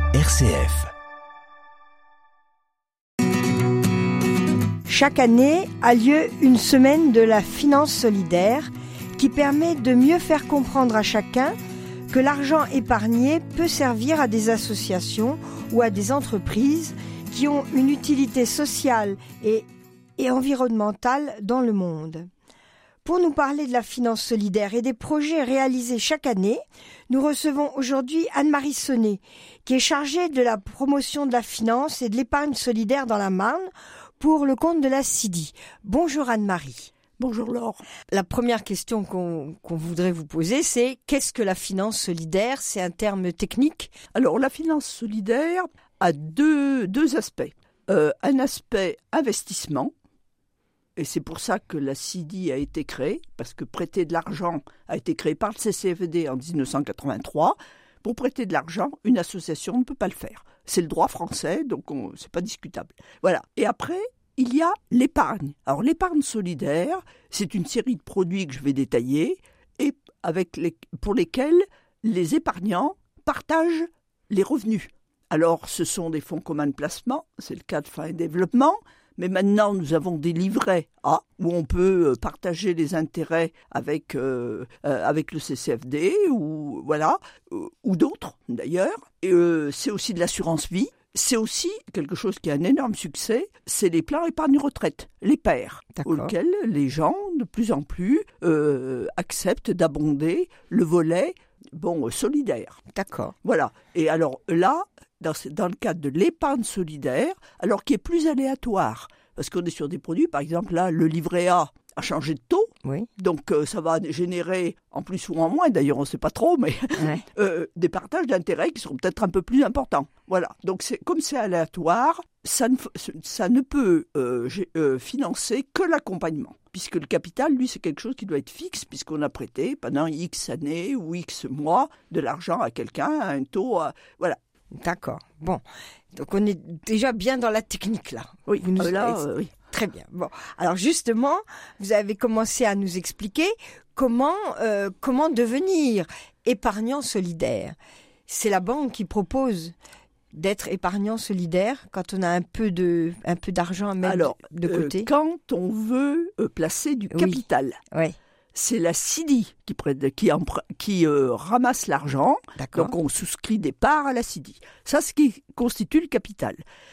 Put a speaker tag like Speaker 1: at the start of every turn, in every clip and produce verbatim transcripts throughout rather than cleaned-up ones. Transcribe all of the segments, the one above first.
Speaker 1: R C F.
Speaker 2: Chaque année a lieu une semaine de la finance solidaire qui permet de mieux faire comprendre à chacun que l'argent épargné peut servir à des associations ou à des entreprises qui ont une utilité sociale et, et environnementale dans le monde. Pour nous parler de la finance solidaire et des projets réalisés chaque année, nous recevons aujourd'hui Anne-Marie Sonnet, qui est chargée de la promotion de la finance et de l'épargne solidaire dans la Marne pour le compte de la C I D I. Bonjour Anne-Marie.
Speaker 3: Bonjour Laure.
Speaker 2: La première question qu'on, qu'on voudrait vous poser, c'est qu'est-ce que la finance solidaire ? C'est un terme technique ?
Speaker 3: Alors la finance solidaire a deux, deux aspects. Euh, un aspect investissement, et c'est pour ça que la C I D I a été créée, parce que prêter de l'argent a été créé par le C C F D en dix-neuf cent quatre-vingt-trois. Pour prêter de l'argent, une association ne peut pas le faire. C'est le droit français, donc on, c'est pas discutable. Voilà. Et après, il y a l'épargne. Alors l'épargne solidaire, c'est une série de produits que je vais détailler, et avec les, pour lesquels les épargnants partagent les revenus. Alors ce sont des fonds communs de placement, c'est le cas de Fin et Développement, mais maintenant nous avons des livrets A où on peut partager les intérêts avec, euh, euh, avec le C C F D ou, voilà, euh, ou d'autres d'ailleurs. Et, euh, c'est aussi de l'assurance vie. C'est aussi quelque chose qui a un énorme succès, c'est les plans épargne-retraite, les P E R, auxquels les gens de plus en plus euh, acceptent d'abonder le volet bon, solidaire.
Speaker 2: D'accord.
Speaker 3: Voilà. Et alors là, dans, dans le cadre de l'épargne solidaire, alors qui est plus aléatoire, parce qu'on est sur des produits, par exemple là, le livret A a changé de taux,
Speaker 2: oui.
Speaker 3: donc euh, ça va générer, en plus ou en moins, d'ailleurs on ne sait pas trop, mais ouais. euh, des partages d'intérêts qui seront peut-être un peu plus importants. Voilà, donc c'est, comme c'est aléatoire, ça ne, ça ne peut euh, euh, financer que l'accompagnement, puisque le capital, lui, c'est quelque chose qui doit être fixe, puisqu'on a prêté pendant X années ou X mois de l'argent à quelqu'un, à un taux, à, voilà.
Speaker 2: D'accord, bon, donc on est déjà bien dans la technique là.
Speaker 3: Oui,
Speaker 2: vous nous
Speaker 3: euh, là, euh, oui.
Speaker 2: Très bien. Bon, alors justement, vous avez commencé à nous expliquer comment euh, comment devenir épargnant solidaire. C'est la banque qui propose d'être épargnant solidaire quand on a un peu de un peu d'argent à mettre
Speaker 3: alors,
Speaker 2: de côté.
Speaker 3: Euh, quand on veut euh, placer du capital.
Speaker 2: Oui. oui.
Speaker 3: C'est la C I D I qui, qui, qui euh, ramasse l'argent. D'accord. Donc on souscrit des parts à la C I D I. Ça, c'est ce qui constitue le capital.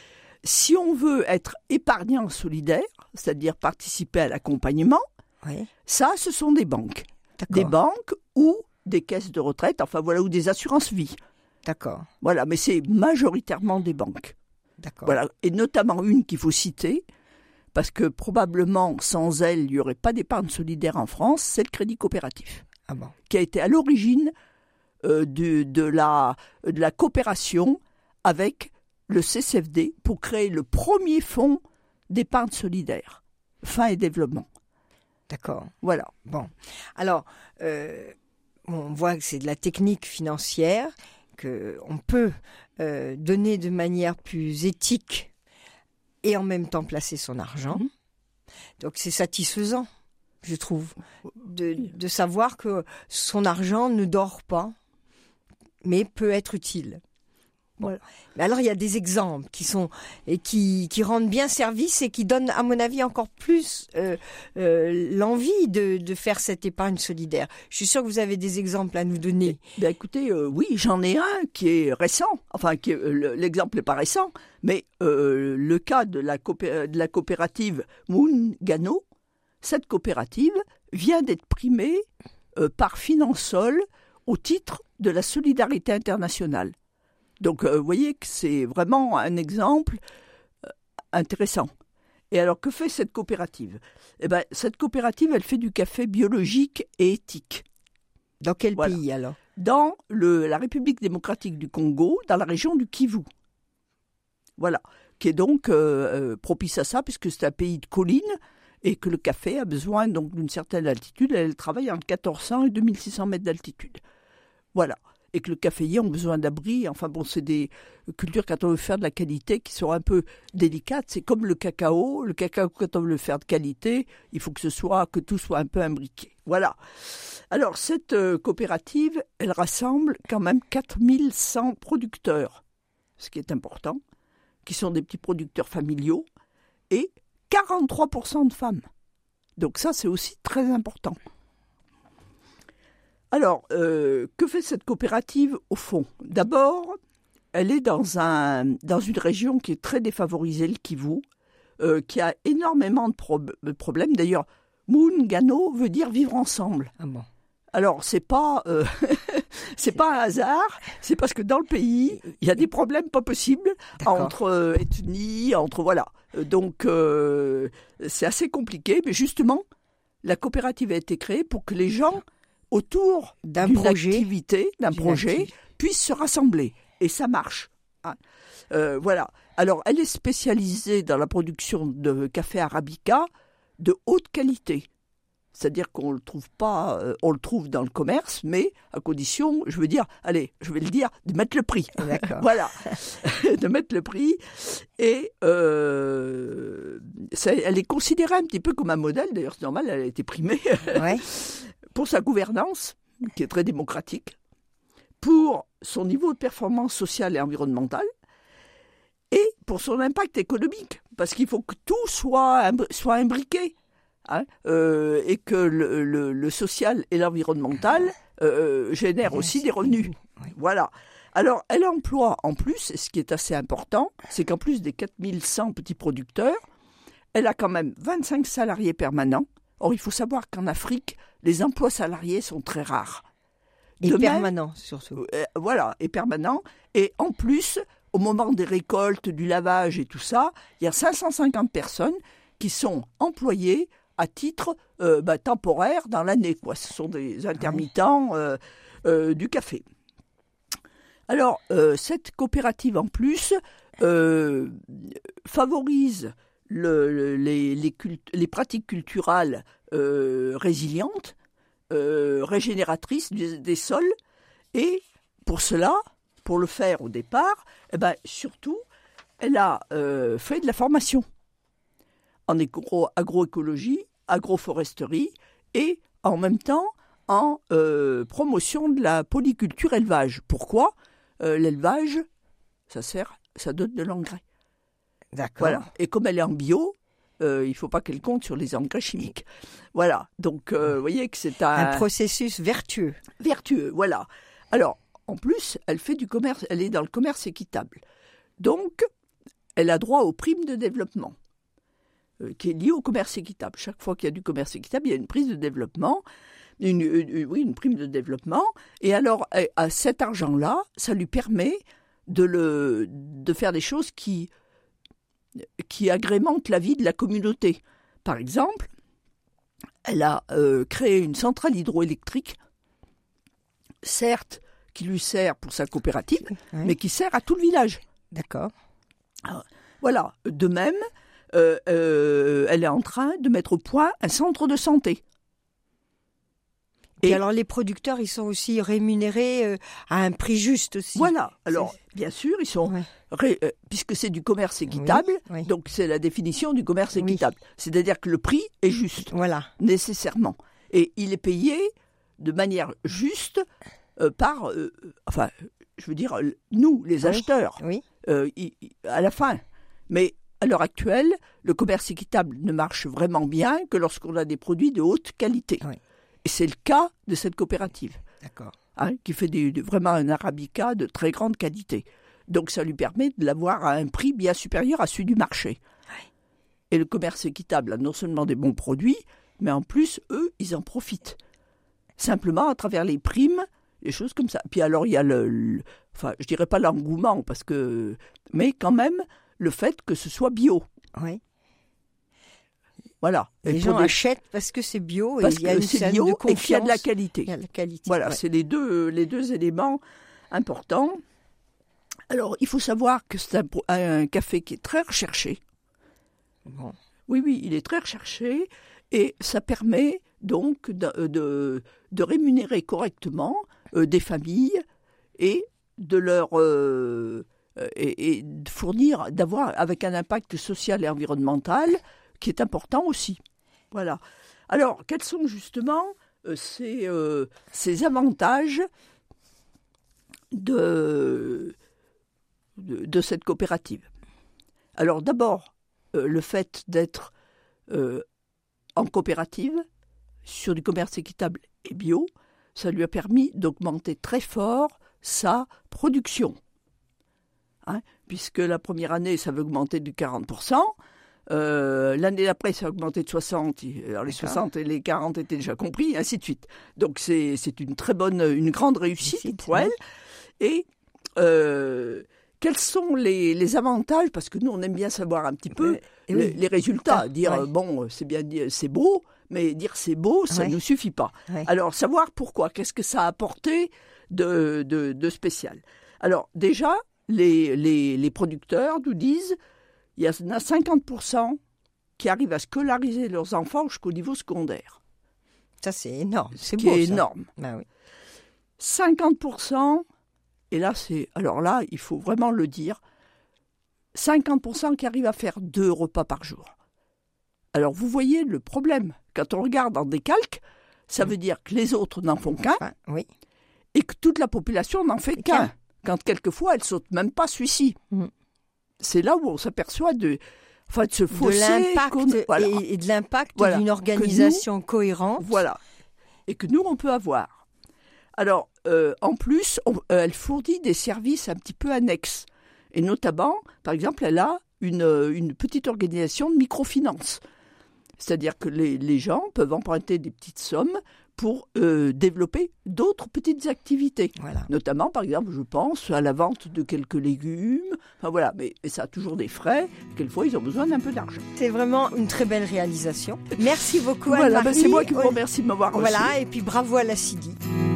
Speaker 3: Si on veut être épargnant solidaire, c'est-à-dire participer à l'accompagnement, oui. ça, ce sont des banques. D'accord. Des banques ou des caisses de retraite, enfin voilà, ou des assurances vie.
Speaker 2: D'accord.
Speaker 3: Voilà, mais c'est majoritairement des banques.
Speaker 2: D'accord.
Speaker 3: Voilà, et notamment une qu'il faut citer, parce que probablement sans elle, il n'y aurait pas d'épargne solidaire en France, c'est le Crédit Coopératif,
Speaker 2: ah bon.
Speaker 3: qui a été à l'origine euh, de, de, la, de la coopération avec le C C F D pour créer le premier fonds d'épargne solidaire, Fin et Développement.
Speaker 2: D'accord.
Speaker 3: Voilà.
Speaker 2: Bon, alors, euh, on voit que c'est de la technique financière, qu'on peut euh, donner de manière plus éthique et en même temps placer son argent. Mmh. Donc c'est satisfaisant, je trouve, de, de savoir que son argent ne dort pas, mais peut être utile. Bon. Voilà. Mais alors il y a des exemples qui sont et qui, qui rendent bien service et qui donnent, à mon avis, encore plus euh, euh, l'envie de, de faire cette épargne solidaire. Je suis sûre que vous avez des exemples à nous donner.
Speaker 3: Ben écoutez, euh, oui, j'en ai un qui est récent. Enfin, qui est, euh, l'exemple n'est pas récent, mais euh, le cas de la, coopé- de la coopérative Moungano, cette coopérative vient d'être primée euh, par Finansol au titre de la solidarité internationale. Donc, euh, vous voyez que c'est vraiment un exemple euh, intéressant. Et alors, que fait cette coopérative ? Eh ben, cette coopérative, elle fait du café biologique et éthique.
Speaker 2: Dans quel
Speaker 3: voilà.
Speaker 2: pays, alors ?
Speaker 3: Dans le, la République démocratique du Congo, dans la région du Kivu. Voilà. Qui est donc euh, propice à ça, puisque c'est un pays de collines, et que le café a besoin donc d'une certaine altitude. Elle travaille entre quatorze cents et deux mille six cents mètres d'altitude. Voilà. Et que le caféier ont besoin d'abri. Enfin bon, c'est des cultures, quand on veut faire de la qualité, qui sont un peu délicates. C'est comme le cacao. Le cacao, quand on veut le faire de qualité, il faut que ce soit, que tout soit un peu imbriqué. Voilà. Alors, cette euh, coopérative, elle rassemble quand même quatre mille cent producteurs ce qui est important, qui sont des petits producteurs familiaux, et quarante-trois pour cent de femmes. Donc ça, c'est aussi très important. Alors, euh, que fait cette coopérative au fond ? D'abord, elle est dans, un, dans une région qui est très défavorisée, le Kivu, euh, qui a énormément de, pro- de problèmes. D'ailleurs, Muungano veut dire vivre ensemble.
Speaker 2: Ah bon.
Speaker 3: Alors, c'est pas, euh, c'est pas un hasard, c'est parce que dans le pays, il y a des problèmes pas possibles
Speaker 2: D'accord.
Speaker 3: entre euh, ethnies, entre voilà. Donc, euh, c'est assez compliqué, mais justement, la coopérative a été créée pour que les gens autour
Speaker 2: D'un
Speaker 3: d'une
Speaker 2: projet,
Speaker 3: activité, d'un
Speaker 2: d'une
Speaker 3: projet,
Speaker 2: activité.
Speaker 3: puissent se rassembler. Et ça marche. Hein. Euh, voilà. Alors, elle est spécialisée dans la production de café arabica de haute qualité. C'est-à-dire qu'on le trouve pas, euh, on le trouve dans le commerce, mais à condition, je veux dire, allez, je vais le dire, de mettre le prix.
Speaker 2: D'accord.
Speaker 3: Voilà, de mettre le prix. Et euh, ça, elle est considérée un petit peu comme un modèle. D'ailleurs, c'est normal, elle a été primée
Speaker 2: Ouais.
Speaker 3: pour sa gouvernance, qui est très démocratique, pour son niveau de performance sociale et environnementale, et pour son impact économique, parce qu'il faut que tout soit, imbri- soit imbriqué. Hein, euh, et que le, le, le social et l'environnemental euh, génèrent aussi des revenus.
Speaker 2: Oui.
Speaker 3: Voilà. Alors, elle emploie en plus, et ce qui est assez important, c'est qu'en plus des quatre mille cent petits producteurs, elle a quand même vingt-cinq salariés permanents. Or, il faut savoir qu'en Afrique, les emplois salariés sont très rares.
Speaker 2: Et
Speaker 3: De même-
Speaker 2: permanent, surtout.
Speaker 3: euh, voilà, et permanent. Et en plus, au moment des récoltes, du lavage et tout ça, il y a cinq cent cinquante personnes qui sont employées à titre euh, bah, temporaire dans l'année, quoi. Ce sont des intermittents euh, euh, du café. Alors, euh, cette coopérative, en plus, euh, favorise le, le- les, les, cult- les pratiques culturales euh, résilientes, euh, régénératrices des, des sols. Et pour cela, pour le faire au départ, eh ben, surtout, elle a euh, fait de la formation en agro- agroécologie, agroforesterie et en même temps en euh, promotion de la polyculture élevage. Pourquoi ? Euh, L'élevage, ça sert, ça donne de l'engrais.
Speaker 2: D'accord.
Speaker 3: Voilà. Et comme elle est en bio, euh, il ne faut pas qu'elle compte sur les engrais chimiques. Voilà. Donc, euh, vous voyez que c'est un,
Speaker 2: Un processus vertueux.
Speaker 3: vertueux. Voilà. Alors, en plus, elle fait du commerce, elle est dans le commerce équitable. Donc, elle a droit aux primes de développement, euh, qui est liée au commerce équitable. Chaque fois qu'il y a du commerce équitable, il y a une prise de développement, une, une- oui, une prime de développement. Et alors, à, à cet argent-là, ça lui permet de, le, de faire des choses qui, qui agrémentent la vie de la communauté. Par exemple, elle a euh, créé une centrale hydroélectrique, certes, qui lui sert pour sa coopérative,
Speaker 2: Ouais.
Speaker 3: mais qui sert à tout le village.
Speaker 2: D'accord.
Speaker 3: Voilà. De même, euh, euh, elle est en train de mettre au point un centre de santé.
Speaker 2: Et
Speaker 3: Et-
Speaker 2: alors les producteurs, ils sont aussi rémunérés euh, à un prix juste aussi.
Speaker 3: Voilà. Alors, bien sûr, ils sont
Speaker 2: Ouais.
Speaker 3: ré- euh, puisque c'est du commerce équitable,
Speaker 2: Oui, oui.
Speaker 3: donc c'est la définition du commerce
Speaker 2: Oui.
Speaker 3: équitable. C'est-à-dire que le prix est juste,
Speaker 2: Voilà.
Speaker 3: nécessairement. Et il est payé de manière juste euh, par, euh, enfin, je veux dire, nous, les
Speaker 2: Oui.
Speaker 3: acheteurs,
Speaker 2: Oui.
Speaker 3: euh, il- il- à la fin. Mais à l'heure actuelle, le commerce équitable ne marche vraiment bien que lorsqu'on a des produits de haute qualité.
Speaker 2: Oui.
Speaker 3: Et c'est le cas de cette coopérative,
Speaker 2: D'accord.
Speaker 3: hein, qui fait des, de- vraiment un arabica de très grande qualité. Donc ça lui permet de l'avoir à un prix bien supérieur à celui du marché. Et le commerce équitable a non seulement des bons produits, mais en plus, eux, ils en profitent. Simplement à travers les primes, des choses comme ça. Puis alors, il y a le, le- enfin, je dirais pas l'engouement, parce que, mais quand même, le fait que ce soit bio.
Speaker 2: Oui.
Speaker 3: Voilà. Et
Speaker 2: Les
Speaker 3: pour
Speaker 2: gens
Speaker 3: des-
Speaker 2: achètent parce que c'est bio et
Speaker 3: parce
Speaker 2: il y a
Speaker 3: que
Speaker 2: une
Speaker 3: c'est
Speaker 2: scène
Speaker 3: bio
Speaker 2: de
Speaker 3: et
Speaker 2: confiance.
Speaker 3: qu'il y a de la qualité.
Speaker 2: Il y a la qualité.
Speaker 3: Voilà,
Speaker 2: ouais.
Speaker 3: c'est les deux, les deux éléments importants. Alors, il faut savoir que c'est un, pro- un café qui est très recherché.
Speaker 2: Bon.
Speaker 3: Oui, oui, il est très recherché et ça permet donc de, de, de rémunérer correctement euh, des familles et de leur euh, euh, et, et de fournir, d'avoir avec un impact social et environnemental qui est important aussi. Voilà. Alors, quels sont justement euh, ces, euh, ces avantages de de, de cette coopérative. Alors d'abord, euh, le fait d'être euh, en coopérative, sur du commerce équitable et bio, ça lui a permis d'augmenter très fort sa production. Hein, puisque la première année, ça va augmenter de quarante pour cent. Euh, l'année d'après, ça a augmenté de soixante. Alors les soixante et les quarante étaient déjà compris, et ainsi de suite. Donc c'est, c'est une très bonne, une grande réussite, réussite pour elle. Et euh, quels sont les, les avantages? Parce que nous, on aime bien savoir un petit peu euh, les, oui. les résultats. Dire, ouais. bon, c'est bien, c'est beau, mais dire c'est beau, ça ne ouais. nous suffit pas. Ouais. Alors, savoir pourquoi, qu'est-ce que ça a apporté de, de, de spécial. Alors, déjà, les, les, les producteurs nous disent, il y en a cinquante pour cent qui arrivent à scolariser leurs enfants jusqu'au niveau secondaire.
Speaker 2: Ça, c'est énorme.
Speaker 3: C'est
Speaker 2: beau,
Speaker 3: qui est
Speaker 2: ça.
Speaker 3: énorme.
Speaker 2: Ben oui.
Speaker 3: cinquante pour cent, et là, c'est, alors là, il faut vraiment le dire, cinquante pour cent qui arrivent à faire deux repas par jour. Alors, vous voyez le problème. Quand on regarde en décalque, ça veut dire que les autres n'en font qu'un,
Speaker 2: enfin, oui.
Speaker 3: et que toute la population n'en fait qu'un. qu'un. Quand quelquefois, elle ne saute même pas celui-ci. Mm. C'est là où on s'aperçoit de, enfin, de ce fossé.
Speaker 2: De l'impact, voilà. et, et de l'impact voilà. d'une organisation nous, cohérente.
Speaker 3: Voilà. Et que nous, on peut avoir. Alors, euh, en plus, on, euh, elle fournit des services un petit peu annexes. Et notamment, par exemple, elle a une, une petite organisation de microfinance. C'est-à-dire que les, les gens peuvent emprunter des petites sommes pour euh, développer d'autres petites activités.
Speaker 2: Voilà.
Speaker 3: Notamment, par exemple, je pense à la vente de quelques légumes. Enfin voilà, mais, mais ça a toujours des frais. Quelquefois, ils ont besoin d'un peu d'argent.
Speaker 2: C'est vraiment une très belle réalisation. Merci beaucoup,
Speaker 3: voilà,
Speaker 2: Anne-Marie.
Speaker 3: Ben c'est moi qui vous remercie de m'avoir reçu.
Speaker 2: Voilà, et puis bravo à la C I D I.